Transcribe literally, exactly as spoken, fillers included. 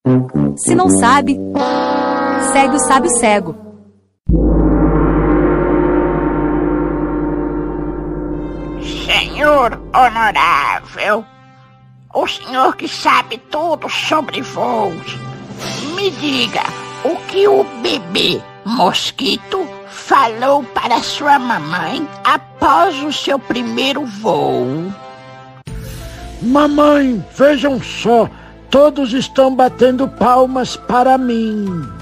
Se não sabe, segue o sábio cego. Senhor honorável, o senhor que sabe tudo sobre voos, me diga o que o bebê mosquito falou para sua mamãe após o seu primeiro voo. Mamãe, vejam só, todos estão batendo palmas para mim.